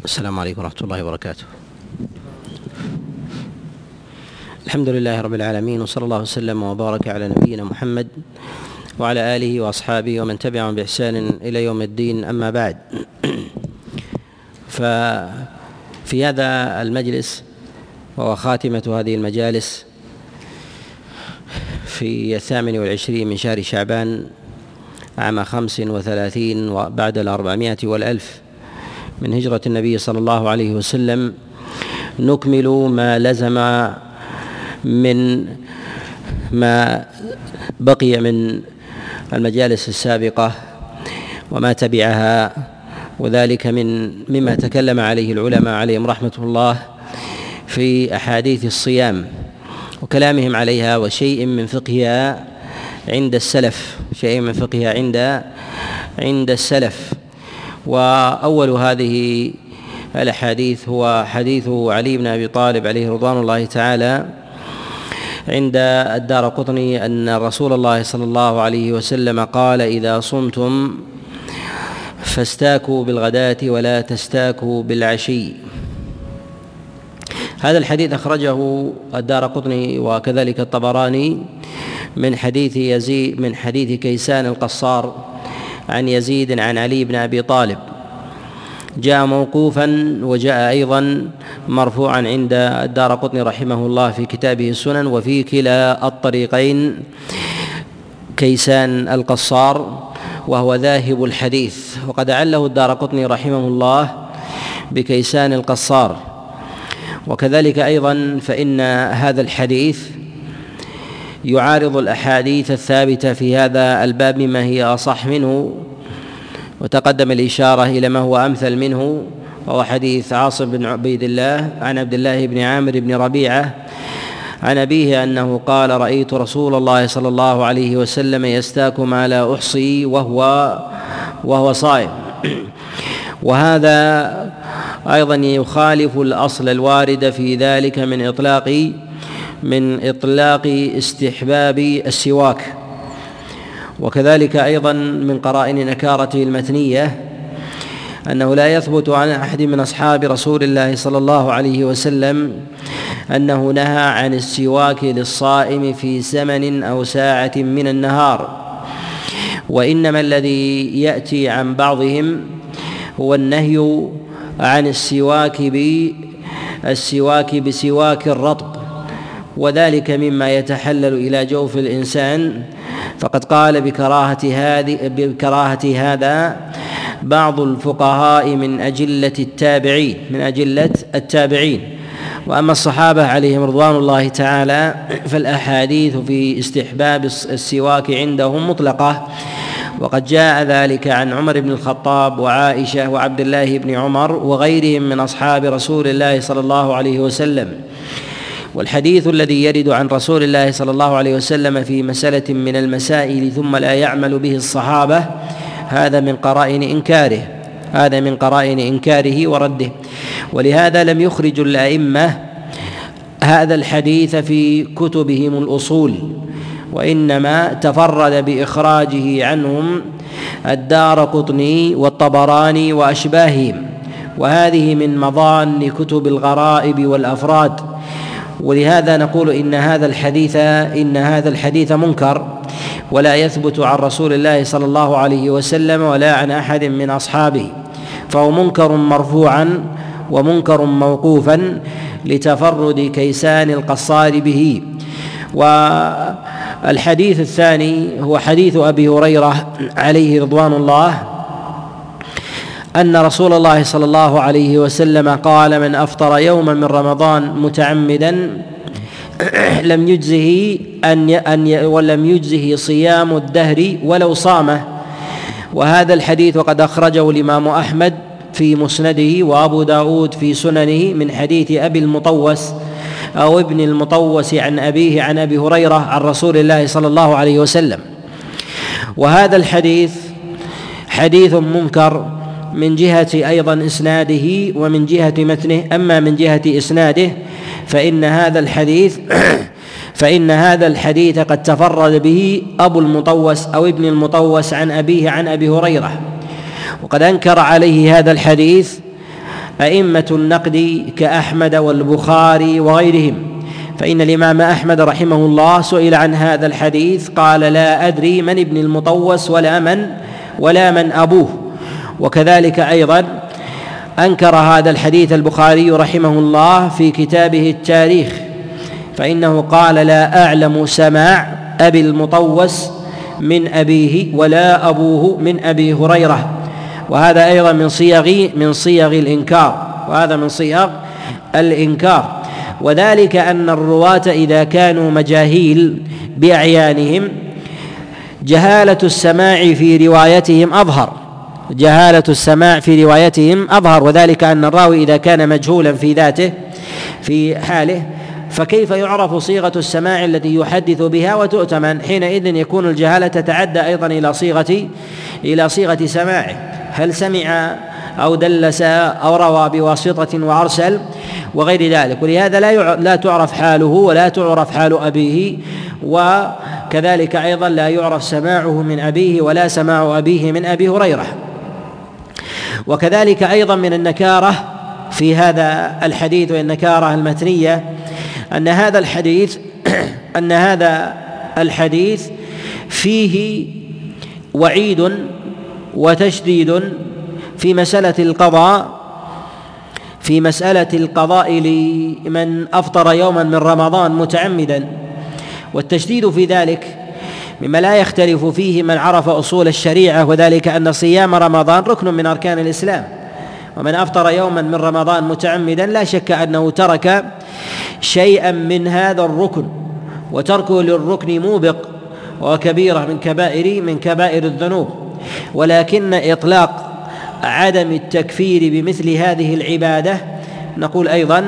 السلام عليكم ورحمة الله وبركاته. الحمد لله رب العالمين، وصلى الله وسلم وبارك على نبينا محمد وعلى آله وأصحابه ومن تبعهم بإحسان إلى يوم الدين. أما بعد، ففي هذا المجلس وهو خاتمة هذه المجالس في 28 من شهر شعبان عام 35 وبعد 400 والألف من هجرة النبي صلى الله عليه وسلم، نكمل ما لزم من ما بقي من المجالس السابقة وما تبعها، وذلك مما تكلم عليه العلماء عليهم رحمة الله في أحاديث الصيام وكلامهم عليها وشيء من فقهها عند السلف، عند السلف. وأول هذه الأحاديث هو حديث علي بن أبي طالب عليه رضوان الله تعالى عند الدارقطني أن رسول الله صلى الله عليه وسلم قال: إذا صمتم فاستاكوا بالغداة ولا تستاكوا بالعشي. هذا الحديث أخرجه الدارقطني وكذلك الطبراني من حديث كيسان القصار عن يزيد عن علي بن أبي طالب، جاء موقوفا وجاء أيضا مرفوعا عند الدارقطني رحمه الله في كتابه السنن. وفي كلا الطريقين كيسان القصار وهو ذاهب الحديث، وقد عله الدارقطني رحمه الله بكيسان القصار. وكذلك أيضا فإن هذا الحديث يعارض الأحاديث الثابتة في هذا الباب مما هي أصح منه، وتقدم الإشارة إلى ما هو أمثل منه، وهو حديث عاصم بن عبيد الله عن عبد الله بن عامر بن ربيعة عن أبيه أنه قال: رأيت رسول الله صلى الله عليه وسلم يستاك ما لا أحصي وهو صائم. وهذا أيضا يخالف الأصل الوارد في ذلك من إطلاق استحباب السواك، وكذلك أيضا من قرائن نكارته المتنية أنه لا يثبت عن أحد من أصحاب رسول الله صلى الله عليه وسلم أنه نهى عن السواك للصائم في زمن أو ساعة من النهار، وإنما الذي يأتي عن بعضهم هو النهي عن السواك بسواك الرطب، وذلك مما يتحلل إلى جوف الإنسان، فقد قال بكراهة هذا بعض الفقهاء من أجلة التابعين. وأما الصحابة عليهم رضوان الله تعالى فالأحاديث في استحباب السواك عندهم مطلقة، وقد جاء ذلك عن عمر بن الخطاب وعائشة وعبد الله بن عمر وغيرهم من أصحاب رسول الله صلى الله عليه وسلم. والحديث الذي يرد عن رسول الله صلى الله عليه وسلم في مسألة من المسائل ثم لا يعمل به الصحابة، هذا من قرائن إنكاره ورده. ولهذا لم يخرج الأئمة هذا الحديث في كتبهم الأصول، وإنما تفرد بإخراجه عنهم الدارقطني والطبراني وأشباههم، وهذه من مظان كتب الغرائب والأفراد. ولهذا نقول إن هذا الحديث منكر، ولا يثبت عن رسول الله صلى الله عليه وسلم ولا عن أحد من أصحابه، فهو منكر مرفوعا ومنكر موقوفا لتفرد كيسان القصار به. والحديث الثاني هو حديث أبي هريرة عليه رضوان الله أن رسول الله صلى الله عليه وسلم قال: من أفطر يوما من رمضان متعمدا ولم يجزه صيام الدهر ولو صامه. وهذا الحديث وقد أخرجه الإمام أحمد في مسنده وأبو داود في سننه من حديث أبي المطوس أو ابن المطوس عن أبيه عن أبي هريرة عن رسول الله صلى الله عليه وسلم. وهذا الحديث حديث منكر من جهة أيضا إسناده ومن جهة متنه. أما من جهة إسناده فإن هذا الحديث قد تفرد به أبو المطوس أو ابن المطوس عن أبيه عن أبي هريرة، وقد أنكر عليه هذا الحديث أئمة النقد كأحمد والبخاري وغيرهم، فإن الإمام أحمد رحمه الله سئل عن هذا الحديث قال: لا أدري من ابن المطوس ولا من أبوه. وكذلك أيضا أنكر هذا الحديث البخاري رحمه الله في كتابه التاريخ، فإنه قال: لا أعلم سماع أبي المطوس من أبيه ولا أبوه من أبي هريرة. وهذا أيضا من صيغ الإنكار، وذلك أن الرواة إذا كانوا مجاهيل بأعيانهم جهالة السماع في روايتهم أظهر، وذلك أن الراوي إذا كان مجهولا في ذاته في حاله فكيف يعرف صيغة السماع التي يحدث بها وتؤتمن؟ حينئذ يكون الجهالة تتعدى أيضا إلى صيغة سماعه، هل سمع أو دلس أو روى بواسطة وأرسل وغير ذلك. ولهذا لا تعرف حاله ولا تعرف حال أبيه، وكذلك أيضا لا يعرف سماعه من أبيه ولا سماع أبيه من أبي هريرة. وكذلك أيضا من النكارة في هذا الحديث والنكارة المتنية أن هذا الحديث فيه وعيد وتشديد في مسألة القضاء لمن أفطر يوما من رمضان متعمدا، والتشديد في ذلك مما لا يختلف فيه من عرف أصول الشريعة، وذلك أن صيام رمضان ركن من أركان الإسلام، ومن أفطر يوما من رمضان متعمدا لا شك أنه ترك شيئا من هذا الركن، وتركه للركن موبق وكبيرة من كبائر الذنوب. ولكن إطلاق عدم التكفير بمثل هذه العبادة نقول أيضا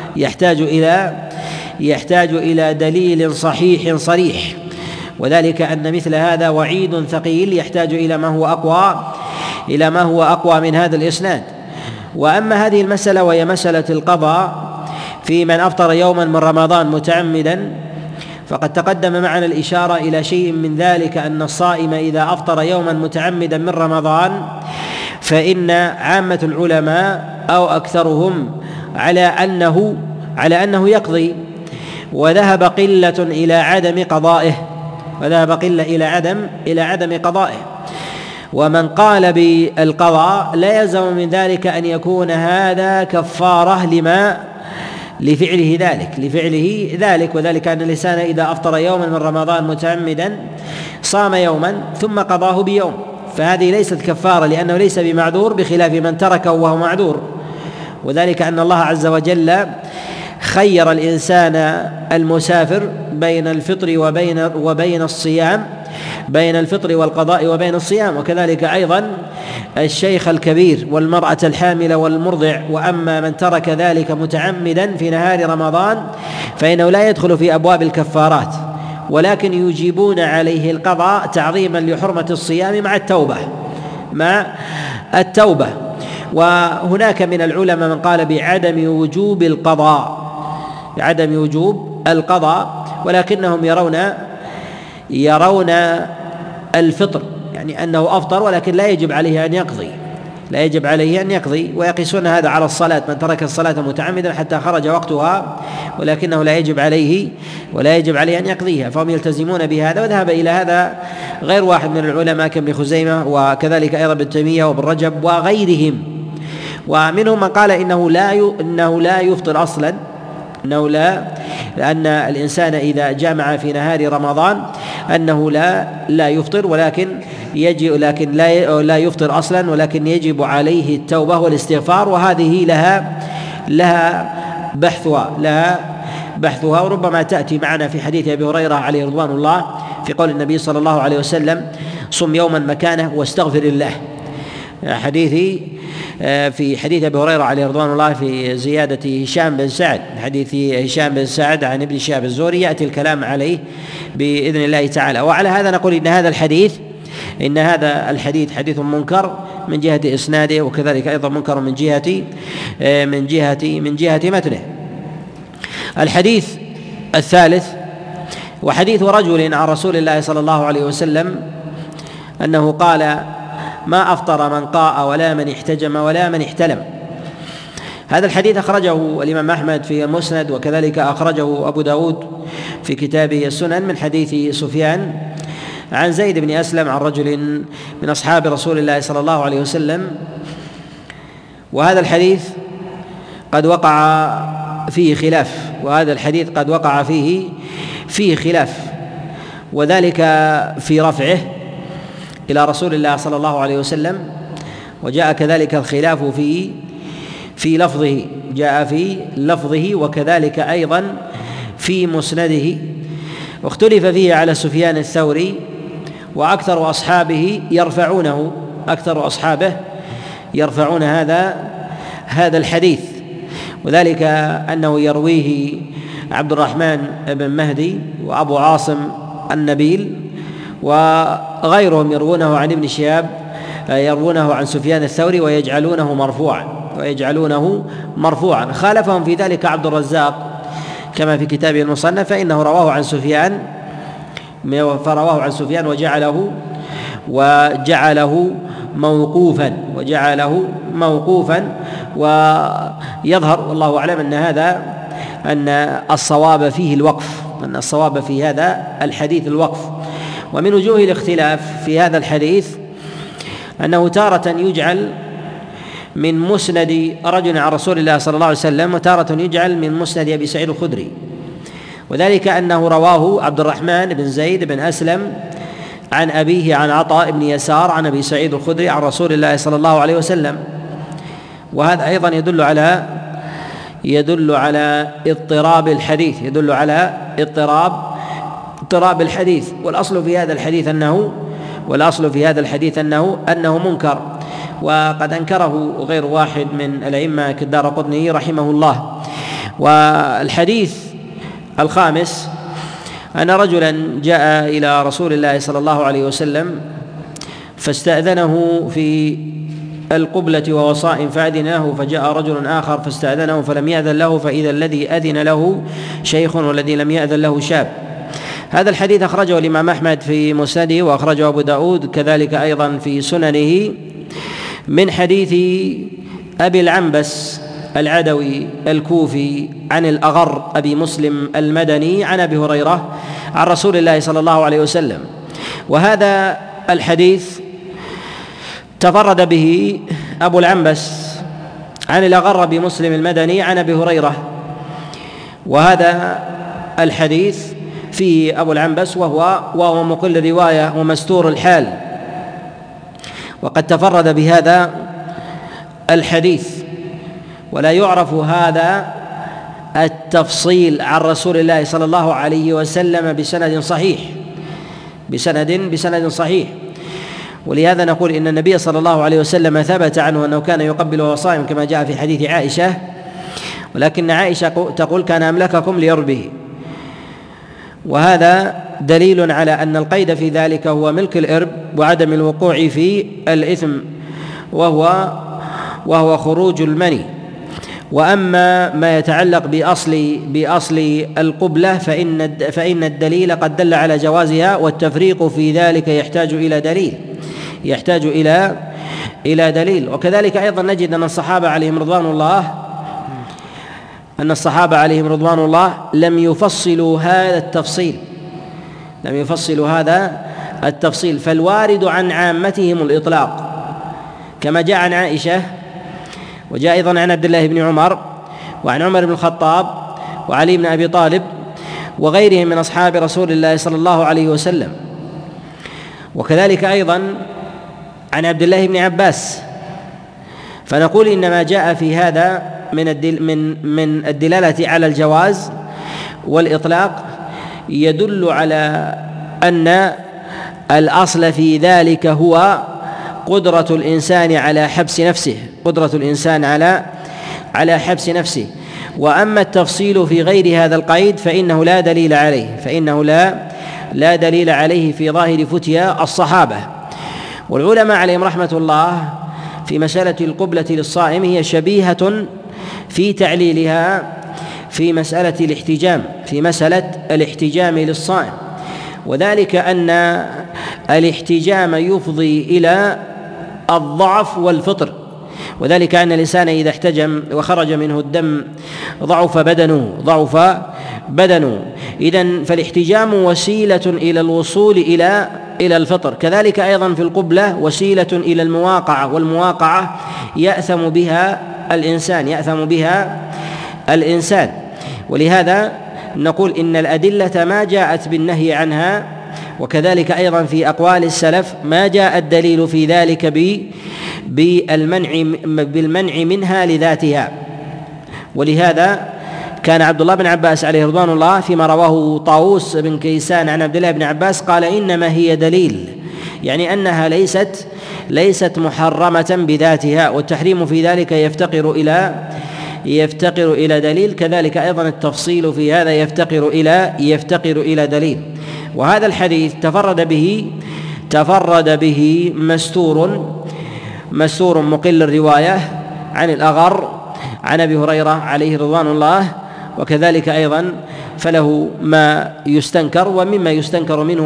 يحتاج إلى دليل صحيح صريح، وذلك أن مثل هذا وعيد ثقيل يحتاج إلى ما هو أقوى من هذا الإسناد. وأما هذه المسألة وهي مسألة القضاء في من أفطر يوما من رمضان متعمدا، فقد تقدم معنا الإشارة إلى شيء من ذلك، أن الصائم إذا أفطر يوما متعمدا من رمضان فإن عامة العلماء أو أكثرهم على أنه يقضي، وذهب قلة إلى عدم قضائه. ومن قال بالقضاء لا يلزم من ذلك أن يكون هذا كفارة لفعله ذلك، وذلك أن الإنسان إذا أفطر يوما من رمضان متعمدا صام يوما ثم قضاه بيوم، فهذه ليست كفارة لأنه ليس بمعذور، بخلاف من تركه وهو معذور. وذلك أن الله عز وجل خير الإنسان المسافر بين الفطر وبين الصيام، بين الفطر والقضاء وبين الصيام، وكذلك أيضا الشيخ الكبير والمرأة الحامل والمرضع. وأما من ترك ذلك متعمدا في نهار رمضان فإنه لا يدخل في أبواب الكفارات، ولكن يجيبون عليه القضاء تعظيما لحرمة الصيام مع التوبة. وهناك من العلماء من قال بعدم وجوب القضاء، ولكنهم يرون الفطر، يعني أنه أفطر ولكن لا يجب عليه أن يقضي، ويقيسون هذا على الصلاة، من ترك الصلاة متعمدا حتى خرج وقتها ولكنه لا يجب عليه أن يقضيها، فهم يلتزمون بهذا. وذهب إلى هذا غير واحد من العلماء كابن خزيمة، وكذلك أيضا ابن تيمية وابن رجب وغيرهم. ومنهم من قال إنه لا يفطر أصلا، لأن الإنسان إذا جامع في نهار رمضان أنه لا يفطر، ولكن لا يفطر أصلا، ولكن يجب عليه التوبة والاستغفار، وهذه لها بحثها وربما تأتي معنا في حديث أبي هريرة عليه رضوان الله في قول النبي صلى الله عليه وسلم: صم يوما مكانه واستغفر الله. في حديث أبي هريرة عليه رضوان الله في زيادة هشام بن سعد، حديث هشام بن سعد عن ابن شهاب الزهري، يأتي الكلام عليه بإذن الله تعالى. وعلى هذا نقول إن هذا الحديث حديث منكر من جهة إسناده، وكذلك أيضا منكر من جهة متنه. الحديث الثالث وحديث رجل عن رسول الله صلى الله عليه وسلم أنه قال: ما أفطر من قاء ولا من احتجم ولا من احتلم. هذا الحديث أخرجه الإمام أحمد في المسند، وكذلك أخرجه أبو داود في كتابه السنن من حديث سفيان عن زيد بن أسلم عن رجل من أصحاب رسول الله صلى الله عليه وسلم. وهذا الحديث قد وقع فيه خلاف، وذلك في رفعه إلى رسول الله صلى الله عليه وسلم، وجاء كذلك الخلاف في لفظه وكذلك أيضا في مسنده، واختلف فيه على سفيان الثوري، وأكثر أصحابه يرفعون هذا الحديث، وذلك أنه يرويه عبد الرحمن بن مهدي وأبو عاصم النبيل وغيرهم يروونه عن ابن شهاب، يروونه عن سفيان الثوري ويجعلونه مرفوعا. خالفهم في ذلك عبد الرزاق كما في كتابه المصنف، فإنه رواه عن سفيان وجعله موقوفا، ويظهر والله أعلم أن الصواب في هذا الحديث الوقف. ومن وجوه الاختلاف في هذا الحديث أنه تارة يجعل من مسند رجل عن رسول الله صلى الله عليه وسلم، وتارة يجعل من مسند أبي سعيد الخدري، وذلك أنه رواه عبد الرحمن بن زيد بن أسلم عن أبيه عن عطاء بن يسار عن أبي سعيد الخدري عن رسول الله صلى الله عليه وسلم. وهذا أيضا يدل على اضطراب الحديث، والأصل في هذا الحديث أنه منكر، وقد أنكره غير واحد من الأئمة كالدارقطني رحمه الله. والحديث الخامس أن رجلا جاء إلى رسول الله صلى الله عليه وسلم فاستأذنه في القبلة وهو صائم فأذن له، فجاء رجل آخر فاستأذنه فلم يأذن له، فإذا الذي أذن له شيخ والذي لم يأذن له شاب. هذا الحديث أخرجه الإمام أحمد في مسنده، وأخرجه أبو داود كذلك أيضا في سننه من حديث أبي العنبس العدوي الكوفي عن الأغر أبي مسلم المدني عن أبي هريرة عن رسول الله صلى الله عليه وسلم. وهذا الحديث تفرد به أبو العنبس عن الأغر أبي مسلم المدني عن أبي هريرة، وهذا الحديث فيه أبو العنبس وهو مقل الرواية ومستور الحال، وقد تفرد بهذا الحديث، ولا يعرف هذا التفصيل عن رسول الله صلى الله عليه وسلم بسند صحيح. ولهذا نقول إن النبي صلى الله عليه وسلم ثبت عنه أنه كان يقبل وهو صائم كما جاء في حديث عائشة، ولكن عائشة تقول كان أملككم ليربه، وهذا دليل على أن القيد في ذلك هو ملك الإرب وعدم الوقوع في الإثم وهو خروج المني. وأما ما يتعلق بأصل القبلة فإن الدليل قد دل على جوازها، والتفريق في ذلك يحتاج إلى دليل. وكذلك أيضا نجد أن الصحابة عليهم رضوان الله لم يفصلوا هذا التفصيل، فالوارد عن عامتهم الإطلاق كما جاء عن عائشة، وجاء أيضا عن عبد الله بن عمر وعن عمر بن الخطاب وعلي بن أبي طالب وغيرهم من أصحاب رسول الله صلى الله عليه وسلم، وكذلك أيضا عن عبد الله بن عباس. فنقول إن ما جاء في هذا من الدلالة على الجواز والإطلاق يدل على أن الأصل في ذلك هو قدرة الإنسان على حبس نفسه. وأما التفصيل في غير هذا القيد فإنه لا دليل عليه في ظاهر فتيا الصحابة. والعلماء عليهم رحمة الله في مسألة القبلة للصائم هي شبيهة في تعليلها في مسألة الاحتجام للصائم، وذلك أن الاحتجام يفضي إلى الضعف والفطر، وذلك أن الإنسان إذا احتجم وخرج منه الدم ضعف بدنه. إذن فالاحتجام وسيلة إلى الوصول إلى الفطر. كذلك أيضا في القبلة وسيلة إلى المواقعة، والمواقعة يأثم بها الإنسان. ولهذا نقول إن الأدلة ما جاءت بالنهي عنها، وكذلك أيضا في أقوال السلف ما جاء الدليل في ذلك بالمنع منها لذاتها. ولهذا كان عبد الله بن عباس عليه رضوان الله فيما رواه طاووس بن كيسان عن عبد الله بن عباس قال: إنما هي دليل، يعني أنها ليست محرمة بذاتها، والتحريم في ذلك يفتقر إلى دليل. كذلك أيضا التفصيل في هذا يفتقر إلى دليل. وهذا الحديث تفرد به مستور مقل الرواية عن الأغر عن أبي هريرة عليه رضوان الله، وكذلك أيضا فله ما يستنكر، ومما يستنكر منه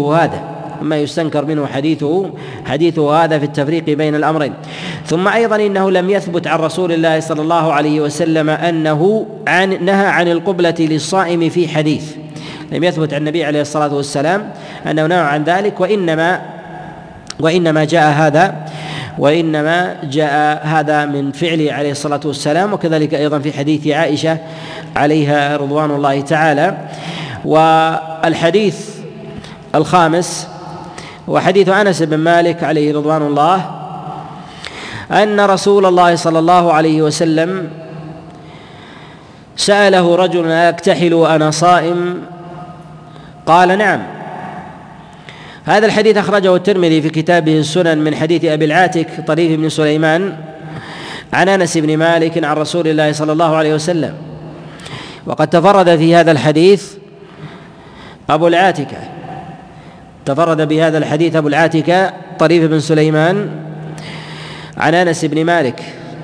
حديثه هذا في التفريق بين الأمرين. ثم أيضا إنه لم يثبت عن رسول الله صلى الله عليه وسلم أنه نهى عن القبلة للصائم في حديث، لم يثبت عن النبي عليه الصلاة والسلام أنه نهى عن ذلك، وإنما جاء هذا من فعله عليه الصلاة والسلام، وكذلك أيضا في حديث عائشة عليها رضوان الله تعالى. والحديث الخامس وحديث أنس بن مالك عليه رضوان الله أن رسول الله صلى الله عليه وسلم سأله رجل: أكتحل وأنا صائم؟ قال: نعم. هذا الحديث أخرجه الترمذي في كتابه السنن من حديث أبي العاتك طريف بن سليمان عن أنس بن مالك عن رسول الله صلى الله عليه وسلم. وقد تفرد في هذا الحديث أبو العاتكة، تفرد بهذا الحديث أبو العاتكة طريف بن سليمان عن أنس بن مالك،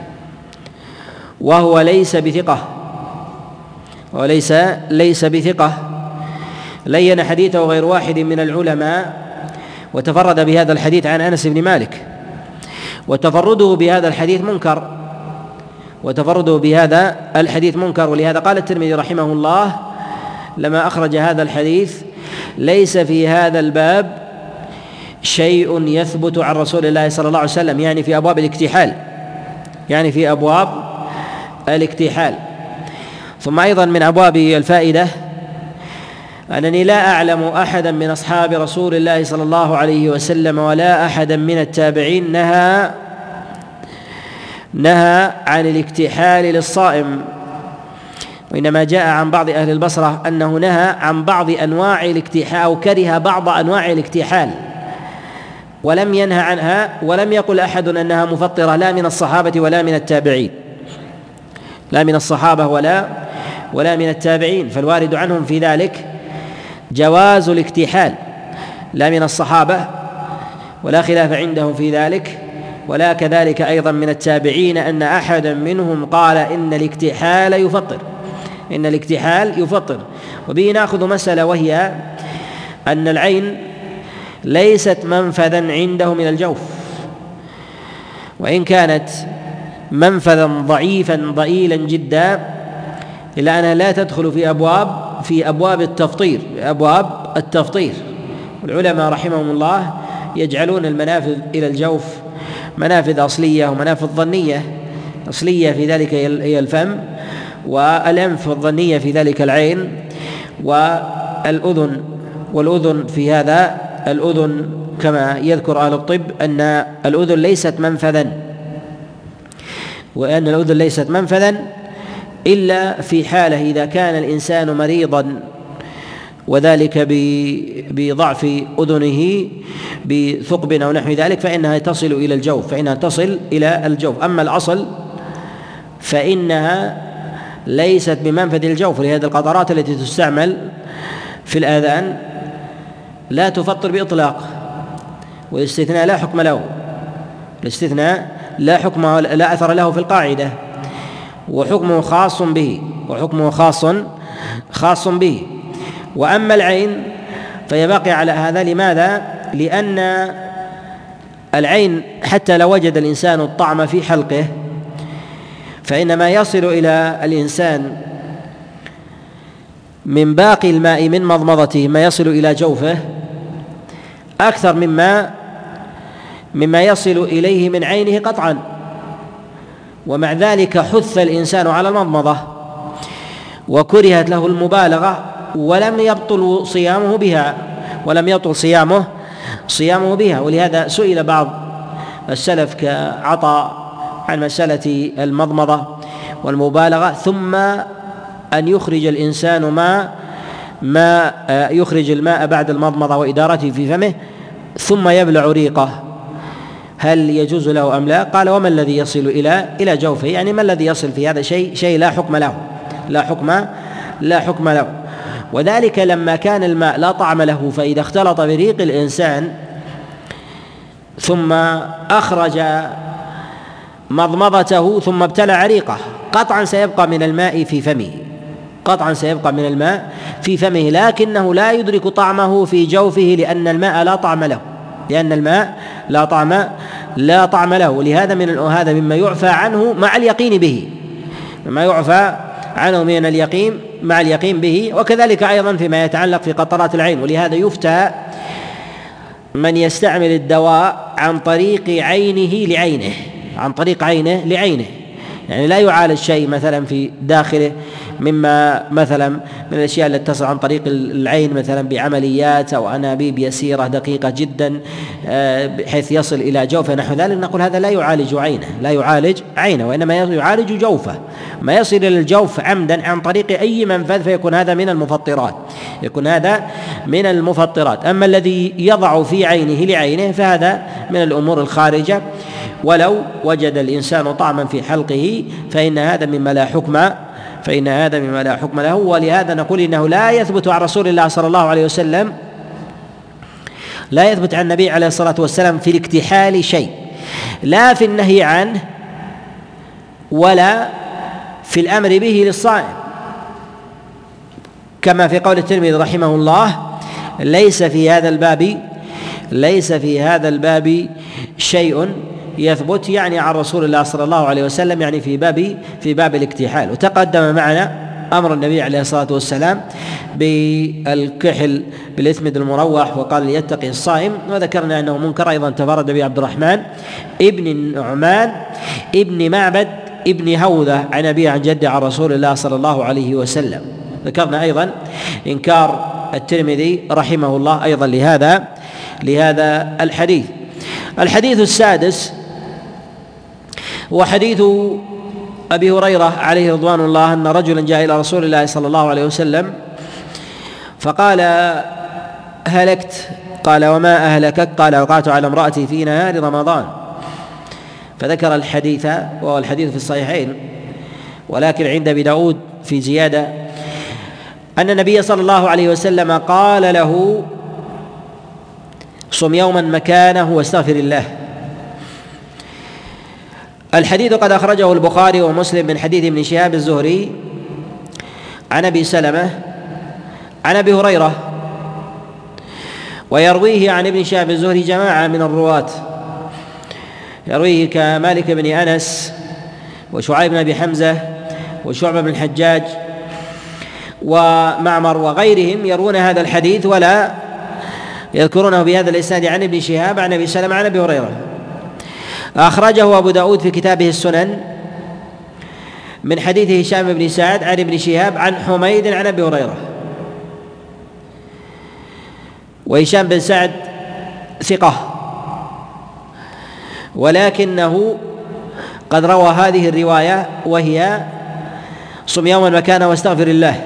وهو ليس بثقة، لين حديثه غير واحد من العلماء، وتفرد بهذا الحديث عن أنس بن مالك، وتفرده بهذا الحديث منكر. ولهذا قال الترمذي رحمه الله لما أخرج هذا الحديث: ليس في هذا الباب شيء يثبت عن رسول الله صلى الله عليه وسلم، يعني في أبواب الاكتحال. ثم أيضا من أبواب الفائدة أنني لا أعلم أحدا من أصحاب رسول الله صلى الله عليه وسلم ولا أحدا من التابعين نهى عن الاكتحال للصائم، وإنما جاء عن بعض أهل البصرة أنه نهى عن بعض أنواع الاكتحال أو كره بعض أنواع الاكتحال، ولم ينهى عنها، ولم يقل أحد أنها مفطرة، لا من الصحابة ولا من التابعين، ولا من التابعين، فالوارد عنهم في ذلك جواز الاكتحال، لا من الصحابة ولا خلاف عندهم في ذلك، ولا كذلك أيضا من التابعين أن أحدا منهم قال إن الاكتحال يفطر. وبه نأخذ مسألة، وهي أن العين ليست منفذا عنده من الجوف، وإن كانت منفذا ضعيفا ضئيلا جدا، إلا أنها لا تدخل في أبواب التفطير. والعلماء رحمهم الله يجعلون المنافذ إلى الجوف منافذ أصلية ومنافذ ظنية. أصلية في ذلك هي الفم والأنف، والظنية في ذلك العين والأذن في هذا الأذن، كما يذكر أهل الطب أن الأذن ليست منفذا، إلا في حالة إذا كان الإنسان مريضا، وذلك بضعف أذنه بثقب أو نحو ذلك، فإنها تصل إلى الجوف. أما الأصل فإنها ليست بمنفذ الجوف، لهذه القطرات التي تستعمل في الآذان لا تفطر بإطلاق، والاستثناء لا أثر له في القاعدة، وحكمه خاص به. وأما العين فهي باقية على هذا. لماذا؟ لأن العين حتى لو وجد الإنسان الطعم في حلقه فإن ما يصل إلى الإنسان من باقي الماء من مضمضته ما يصل إلى جوفه أكثر مما يصل إليه من عينه قطعا، ومع ذلك حث الإنسان على المضمضة وكرهت له المبالغة ولم يبطل صيامه بها. ولهذا سئل بعض السلف كعطاء عن مسألة المضمضة والمبالغة، ثم أن يخرج الإنسان ما يخرج الماء بعد المضمضة وإدارته في فمه ثم يبلع ريقه، هل يجوز له أم لا؟ قال: وما الذي يصل إلى جوفه؟ يعني ما الذي يصل في هذا شيء لا حكم له. وذلك لما كان الماء لا طعم له، فإذا اختلط بريق الإنسان ثم أخرج مضمضته ثم ابتلع ريقه قطعا سيبقى من الماء في فمه، لكنه لا يدرك طعمه في جوفه لأن الماء لا طعم له. ولهذا هذا مما يعفى عنه مع اليقين به، مما يعفى عنه من اليقين مع اليقين به. وكذلك أيضا فيما يتعلق في قطرات العين. ولهذا يفتى من يستعمل الدواء عن طريق عينه لعينه، يعني لا يعالج شيء مثلا في داخله مما مثلا من الأشياء التي تصل عن طريق العين مثلا بعمليات أو أنابيب يسيرة دقيقة جدا بحيث يصل إلى جوفه نحو ذلك، نقول هذا لا يعالج عينه وإنما يعالج جوفه، ما يصل إلى الجوف عمدا عن طريق أي منفذ فيكون هذا من المفطرات. أما الذي يضع في عينه لعينه فهذا من الأمور الخارجة، ولو وجد الإنسان طعما في حلقه فإن هذا مما لا حكم له. ولهذا نقول إنه لا يثبت عن رسول الله صلى الله عليه وسلم، لا يثبت عن النبي عليه الصلاة والسلام في الاكتحال شيء، لا في النهي عنه ولا في الأمر به للصائم، كما في قول الترمذي رحمه الله: ليس في هذا الباب شيء يثبت، يعني عن رسول الله صلى الله عليه وسلم، يعني في باب الاكتحال. وتقدم معنا أمر النبي عليه الصلاة والسلام بالكحل بالإثمد المروح وقال: ليتقي الصائم. وذكرنا أنه منكر أيضا تفرد به عبد الرحمن ابن النعمان ابن معبد ابن هوذة عن أبيه عن جده عن رسول الله صلى الله عليه وسلم. ذكرنا أيضا إنكار الترمذي رحمه الله أيضا لهذا الحديث. الحديث السادس هو حديث أبي هريرة عليه رضوان الله أن رجلا جاء إلى رسول الله صلى الله عليه وسلم فقال: هلكت. قال: وما أهلكك؟ قال: وقعت على امرأتي في نهار رمضان. فذكر الحديث، وهو الحديث في الصحيحين، ولكن عند أبي داود في زيادة أن النبي صلى الله عليه وسلم قال له: صم يوما مكانه واستغفر الله. الحديث قد أخرجه البخاري ومسلم من حديث ابن شهاب الزهري عن أبي سلمة عن أبي هريرة، ويرويه عن ابن شهاب الزهري جماعة من الرواة، يرويه كمالك بن أنس وشعيب بن أبي حمزة وشعبة بن الحجاج ومعمر وغيرهم يروون هذا الحديث ولا يذكرونه بهذا الإسناد عن ابن شهاب عن أبي سلمة عن أبي هريرة. أخرجه أبو داود في كتابه السنن من حديث هشام بن سعد عن ابن شهاب عن حميد عن أبي هريرة. وهشام بن سعد ثقة، ولكنه قد روى هذه الرواية وهي: صم يوما مكانه واستغفر الله.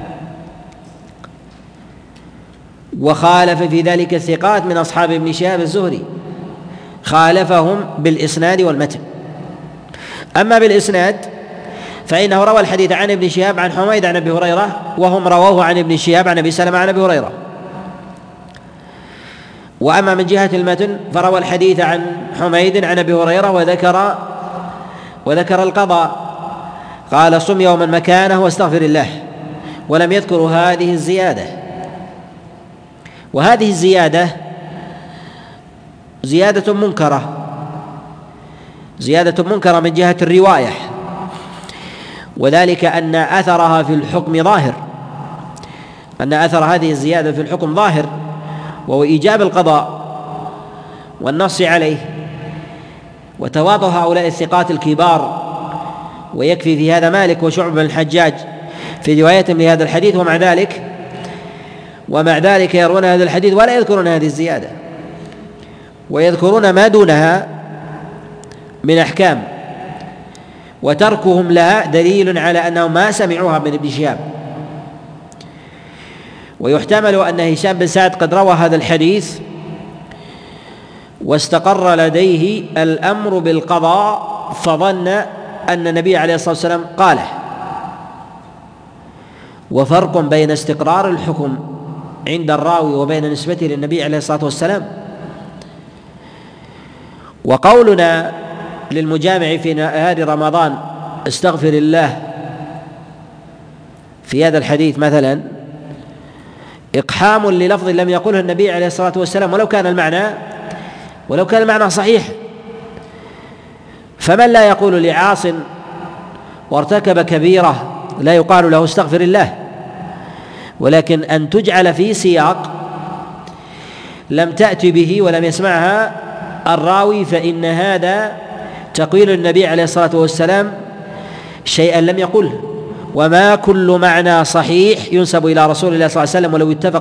وخالف في ذلك الثقات من أصحاب ابن شهاب الزهري، خالفهم بالإسناد والمتن. أما بالإسناد فإنه روى الحديث عن ابن شهاب عن حميد عن أبي هريرة، وهم رووه عن ابن شهاب عن أبي سلمة عن أبي هريرة. وأما من جهة المتن فروى الحديث عن حميد عن أبي هريرة وذكر القضاء، قال: صم يوما مكانه واستغفر الله، ولم يذكر هذه الزيادة. وهذه الزيادة زيادة منكرة من جهة الرواية، وذلك أن أثرها في الحكم ظاهر، أن أثر هذه الزيادة في الحكم ظاهر، وهو إيجاب القضاء والنص عليه وتواطؤ هؤلاء الثقات الكبار. ويكفي في هذا مالك وشعبة بن الحجاج في روايتهم لهذا الحديث، ومع ذلك يرون هذا الحديث ولا يذكرون هذه الزيادة، ويذكرون ما دونها من أحكام، وتركهم لها دليل على أنهم ما سمعوها من ابن شهاب. ويحتمل أن هشام بن سعد قد روى هذا الحديث واستقر لديه الأمر بالقضاء فظن أن النبي عليه الصلاة والسلام قاله. وفرق بين استقرار الحكم عند الراوي وبين نسبته للنبي عليه الصلاة والسلام. وقولنا للمجامع في نهار رمضان استغفر الله في هذا الحديث مثلا إقحام للفظ لم يقله النبي عليه الصلاة والسلام، ولو كان المعنى صحيح. فمن لا يقول لعاص وارتكب كبيرة لا يقال له استغفر الله، ولكن أن تجعل في سياق لم تأتي به ولم يسمعها الراوي، فإن هذا تقويل النبي عليه الصلاة والسلام شيئا لم يقله. وما كل معنى صحيح ينسب إلى رسول الله صلى الله عليه وسلم ولو اتفق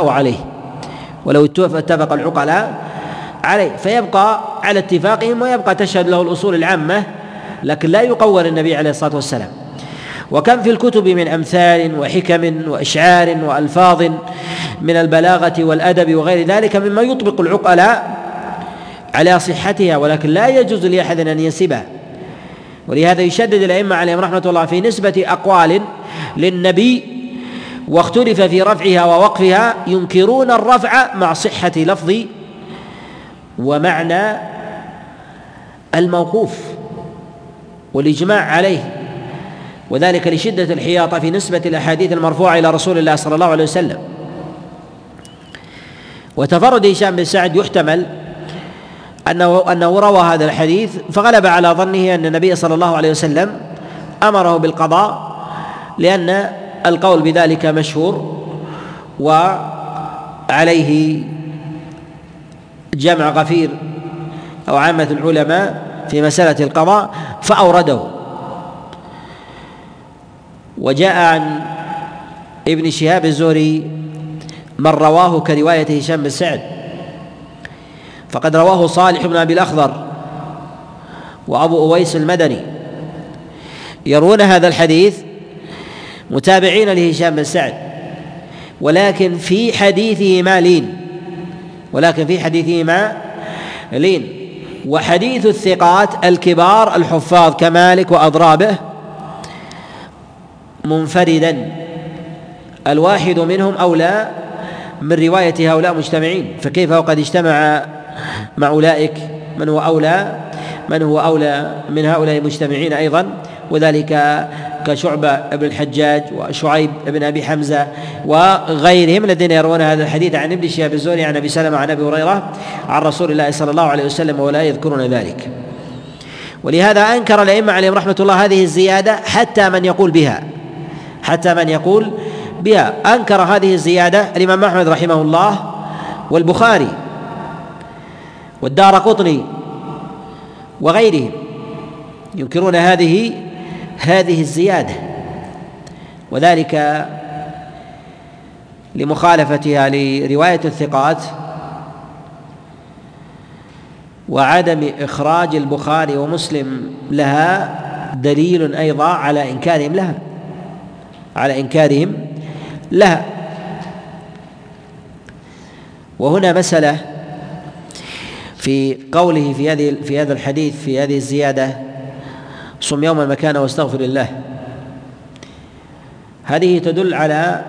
العقلاء عليه فيبقى على اتفاقهم، ويبقى تشهد له الأصول العامة، لكن لا يقول النبي عليه الصلاة والسلام. وكم في الكتب من أمثال وحكم وإشعار وألفاظ من البلاغة والأدب وغير ذلك مما يطبق العقلاء على صحتها، ولكن لا يجوز لأحد أن ينسبها. ولهذا يشدد الأئمة عليهم رحمة الله في نسبة أقوال للنبي واختلف في رفعها ووقفها، ينكرون الرفع مع صحة لفظ ومعنى الموقوف والإجماع عليه، وذلك لشدة الحياطة في نسبة الأحاديث المرفوعة إلى رسول الله صلى الله عليه وسلم. وتفرد هشام بن سعد يحتمل أنه روى هذا الحديث فغلب على ظنه أن النبي صلى الله عليه وسلم أمره بالقضاء، لأن القول بذلك مشهور وعليه جمع غفير أو عامة العلماء في مسألة القضاء فأورده. وجاء عن ابن شهاب الزهري من رواه كرواية هشام بن سعد، فقد رواه صالح بن أبي الأخضر وأبو أويس المدني، يروون هذا الحديث متابعين لهشام بن سعد، ولكن في حديثهما لين. وحديث الثقات الكبار الحفاظ كمالك وأضرابه منفردا، الواحد منهم أولى من رواية هؤلاء مجتمعين، فكيف وقد اجتمع مع أولئك من هو أولى من هؤلاء مجتمعين أيضا، وذلك كشعبة بن الحجاج وشعيب بن أبي حمزة وغيرهم الذين يروون هذا الحديث عن ابن شهاب الزهري عن أبي سلمة عن أبي هريرة عن رسول الله صلى الله عليه وسلم ولا يذكرون ذلك. ولهذا أنكر الأئمة عليهم رحمة الله هذه الزيادة حتى من يقول بها أنكر هذه الزيادة الإمام أحمد رحمه الله والبخاري والدارقطني وغيرهم، ينكرون هذه الزيادة، وذلك لمخالفتها لرواية الثقات وعدم إخراج البخاري ومسلم لها، دليل أيضا على إنكارهم لها. وهنا مسألة في قوله في هذا الحديث في هذه الزيادة صم يوما مكانه واستغفر الله، هذه تدل على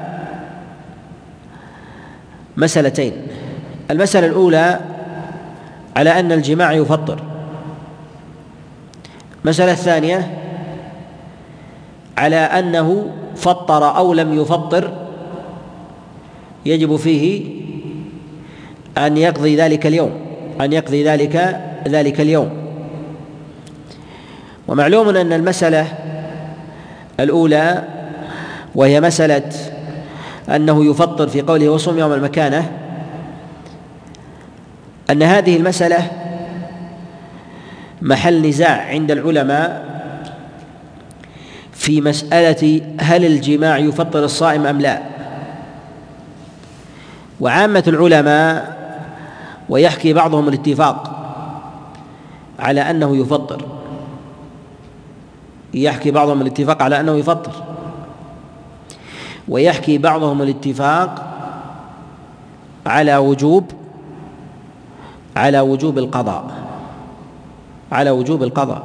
مسألتين. المسألة الأولى على أن الجماع يفطر. المسألة الثانية على أنه فطر أو لم يفطر يجب فيه أن يقضي ذلك اليوم، ذلك اليوم. ومعلوم أن المسألة الأولى وهي مسألة أنه يفطر في قوله وصوم يوم المكانة، أن هذه المسألة محل نزاع عند العلماء في مسألة هل الجماع يفطر الصائم أم لا. وعامة العلماء ويحكي بعضهم الاتفاق على أنه يفطر، ويحكي بعضهم الاتفاق على وجوب القضاء.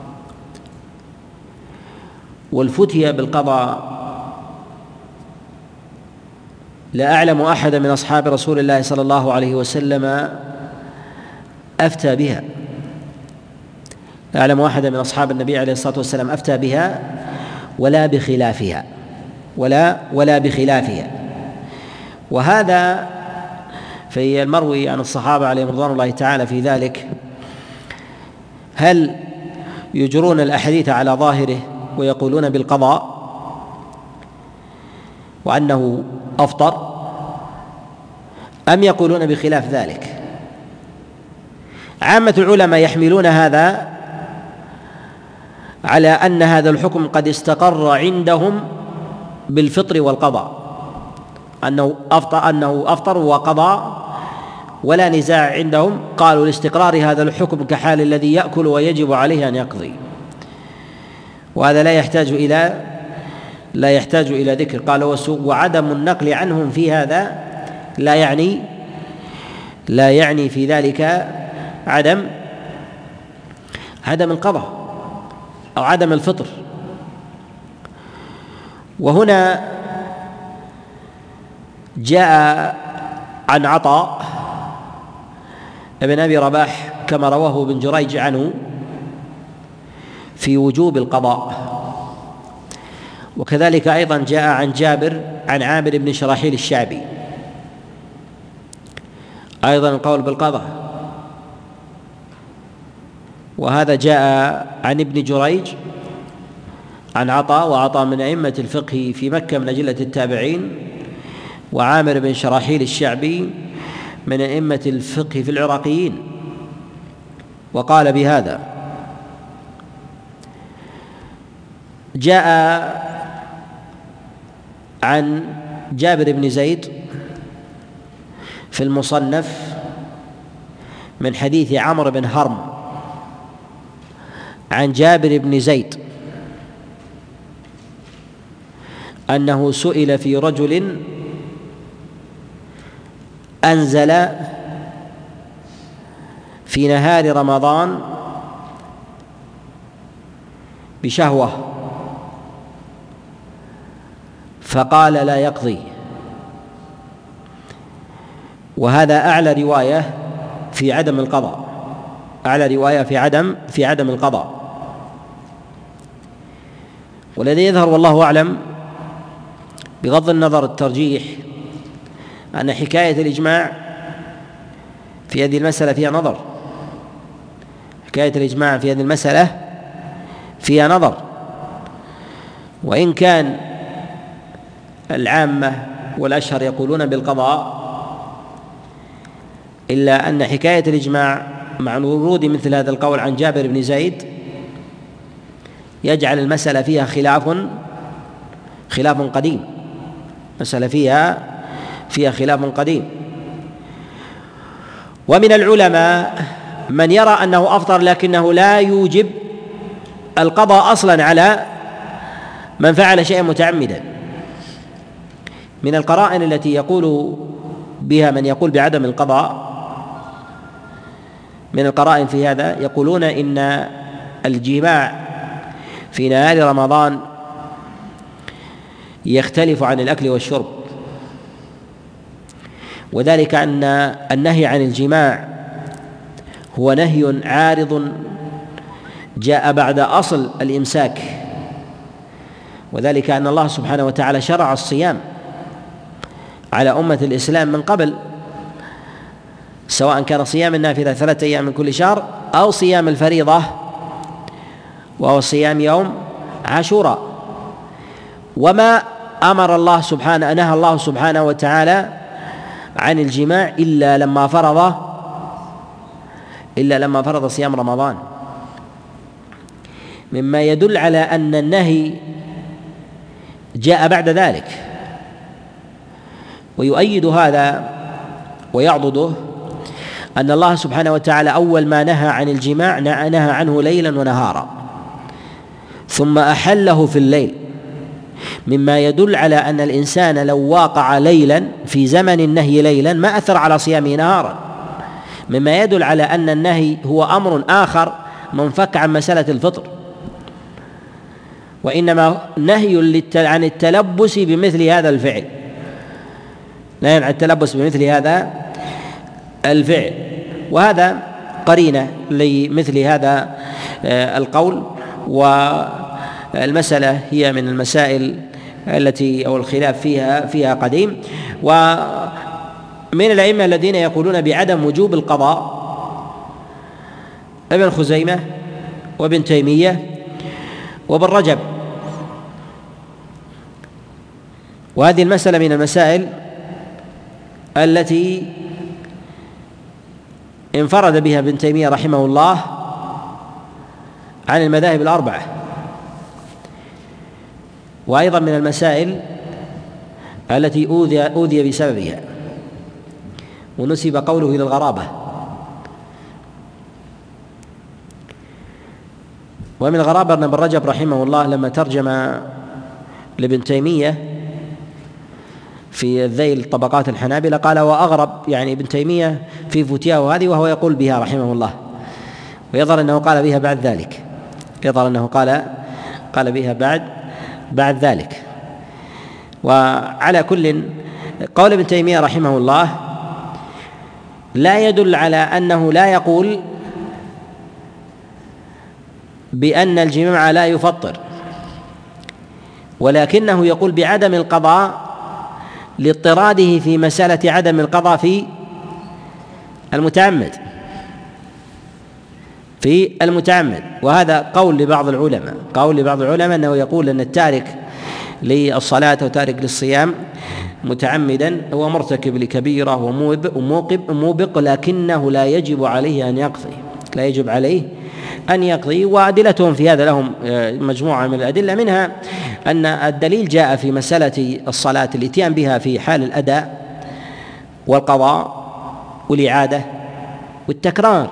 والفتية بالقضاء لا أعلم أحد من أصحاب رسول الله صلى الله عليه وسلم أفتى بها، لا أعلم أحد من أصحاب النبي عليه الصلاة والسلام أفتى بها ولا بخلافها. وهذا في المروي عن الصحابة عليهم رضوان الله تعالى في ذلك، هل يجرون الأحاديث على ظاهره ويقولون بالقضاء وأنه أفطر، أم يقولون بخلاف ذلك؟ عامة العلماء يحملون هذا على أن هذا الحكم قد استقر عندهم بالفطر والقضاء، أنه أفطر وقضى، ولا نزاع عندهم. قالوا لاستقرار هذا الحكم كحال الذي يأكل ويجب عليه أن يقضي، وهذا لا يحتاج إلى ذكر. قال وعدم النقل عنهم في هذا لا يعني في ذلك عدم القضاء أو عدم الفطر. وهنا جاء عن عطاء ابن أبي رباح كما رواه ابن جريج عنه في وجوب القضاء، وكذلك أيضا جاء عن جابر عن عامر بن شراحيل الشعبي أيضا القول بالقضاء. وهذا جاء عن ابن جريج عن عطاء، وعطاء من أئمة الفقه في مكة من أجلة التابعين، وعامر بن شراحيل الشعبي من أئمة الفقه في العراقيين، وقال بهذا. جاء عن جابر بن زيد في المصنف من حديث عمرو بن هرم عن جابر بن زيد أنه سئل في رجل أنزل في نهار رمضان بشهوة فقال لا يقضي، وهذا أعلى رواية في عدم القضاء، والذي يظهر والله أعلم بغض النظر الترجيح أن حكاية الإجماع في هذه المسألة فيها نظر، وإن كان العامة والأشهر يقولون بالقضاء، إلا أن حكاية الإجماع مع ورود مثل هذا القول عن جابر بن زيد يجعل المسألة فيها خلاف قديم، مسألة فيها خلاف قديم. ومن العلماء من يرى أنه أفطر لكنه لا يوجب القضاء أصلا على من فعل شيئا متعمدا. من القرائن التي يقول بها من يقول بعدم القضاء، من القرائن في هذا يقولون إن الجماع في نهار رمضان يختلف عن الأكل والشرب، وذلك أن النهي عن الجماع هو نهي عارض جاء بعد أصل الإمساك، وذلك أن الله سبحانه وتعالى شرع الصيام على أمة الإسلام من قبل سواء كان صيام النافلة 3 أيام من كل شهر أو صيام الفريضة وهو صيام يوم عاشوراء. وما نهى الله سبحانه وتعالى عن الجماع إلا لما فرض صيام رمضان، مما يدل على أن النهي جاء بعد ذلك. ويؤيد هذا ويعضده أن الله سبحانه وتعالى أول ما نهى عن الجماع نهى عنه ليلا ونهارا، ثم أحله في الليل، مما يدل على أن الإنسان لو واقع ليلا في زمن النهي ليلا ما أثر على صيامه نهارا، مما يدل على أن النهي هو أمر آخر منفك عن مسألة الفطر، وإنما نهي عن التلبس بمثل هذا الفعل، نهي عن التلبس بمثل هذا الفعل. وهذا قرينة لمثل هذا القول. والمسألة هي من المسائل التي أو الخلاف فيها قديم. ومن الأئمة الذين يقولون بعدم وجوب القضاء ابن خزيمة وابن تيمية وابن رجب. وهذه المسألة من المسائل التي انفرد بها ابن تيمية رحمه الله عن المذاهب الأربعة، وأيضا من المسائل التي أوذي بسببها ونسب قوله إلى الغرابة. ومن الغرابة أن ابن رجب رحمه الله لما ترجم لابن تيمية في الذيل طبقات الحنابلة قال وأغرب يعني ابن تيمية في فتياه هذه وهو يقول بها رحمه الله، ويظهر أنه قال بها بعد ذلك، يظهر أنه قال بها بعد ذلك. وعلى كل قول ابن تيمية رحمه الله لا يدل على أنه لا يقول بأن الجماع لا يفطر، ولكنه يقول بعدم القضاء لاضطراده في مسألة عدم القضاء في المتعمد. وهذا قول لبعض العلماء أنه يقول أن التارك للصلاة وتارك للصيام متعمدا هو مرتكب لكبيرة وموبق، لكنه لا يجب عليه أن يقضي. وأدلتهم في هذا لهم مجموعة من الأدلة، منها أن الدليل جاء في مسألة الصلاة الإتيان بها في حال الأداء والقضاء والإعادة والتكرار.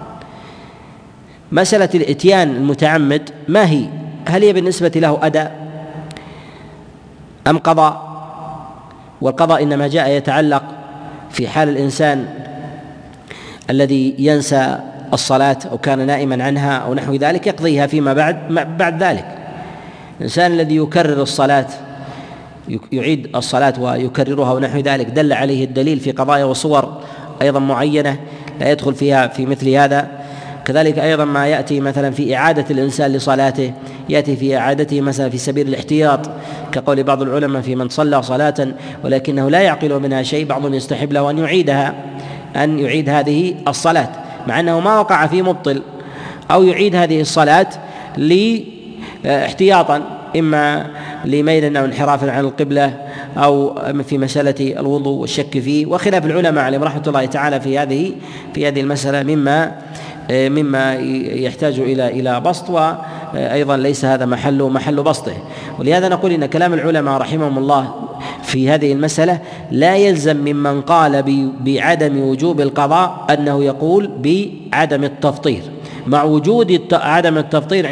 مسألة الإتيان المتعمد ما هي؟ هل هي بالنسبة له أداء أم قضاء؟ والقضاء إنما جاء يتعلق في حال الإنسان الذي ينسى الصلاة أو كان نائما عنها أو نحو ذلك يقضيها فيما بعد ذلك. الإنسان الذي يكرر الصلاة يعيد الصلاة ويكررها ونحو ذلك دل عليه الدليل في قضايا وصور أيضا معينة لا يدخل فيها في مثل هذا. كذلك أيضا ما يأتي مثلا في إعادة الإنسان لصلاته يأتي في إعادته مثلا في سبيل الاحتياط، كقول بعض العلماء في من صلى صلاة ولكنه لا يعقل منها شيء، بعضهم يستحب له أن يعيد هذه الصلاة مع أنه ما وقع في مبطل، أو يعيد هذه الصلاة احتياطا إما لميل أو انحراف عن القبلة أو في مسألة الوضوء والشك فيه. وخلاف العلماء عليهم رحمة الله تعالى في هذه المسألة مما يحتاج إلى بسط، وأيضا ليس هذا محل بسطه. ولهذا نقول إن كلام العلماء رحمهم الله في هذه المسألة لا يلزم ممن قال بعدم وجوب القضاء أنه يقول بعدم التفطير، مع وجود عدم التفطير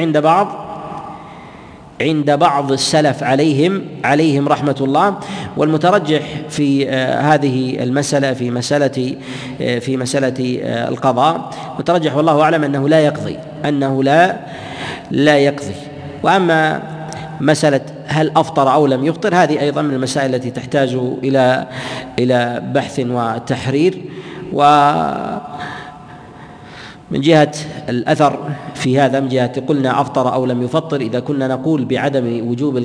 عند بعض السلف عليهم رحمة الله. والمترجح في هذه المسألة في مسألة القضاء مترجح والله أعلم أنه لا يقضي. وأما مسألة هل أفطر أو لم يفطر هذه أيضا من المسائل التي تحتاج إلى بحث وتحرير. ومن جهة الأثر في هذا، من جهة قلنا أفطر أو لم يفطر، إذا كنا نقول بعدم وجوب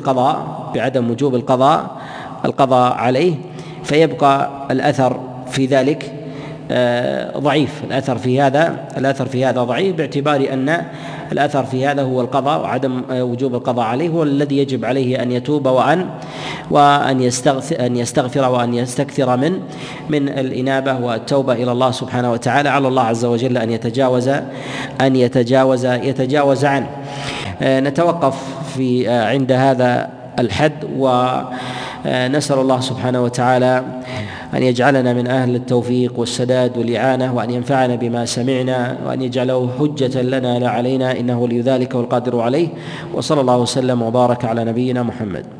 القضاء عليه، فيبقى الأثر في ذلك ضعيف. الأثر في هذا ضعيف، باعتبار أن الأثر في هذا هو القضاء، وعدم وجوب القضاء عليه هو الذي يجب عليه أن يتوب وأن يستغفر وأن يستكثر من الإنابة والتوبة إلى الله سبحانه وتعالى. على الله عز وجل أن يتجاوز عنه. نتوقف عند هذا الحد، ونسأل الله سبحانه وتعالى أن يجعلنا من أهل التوفيق والسداد والإعانة، وأن ينفعنا بما سمعنا، وأن يجعله حجة لنا لا علينا، إنه ولي ذلك والقادر عليه. وصلى الله وسلم وبارك على نبينا محمد.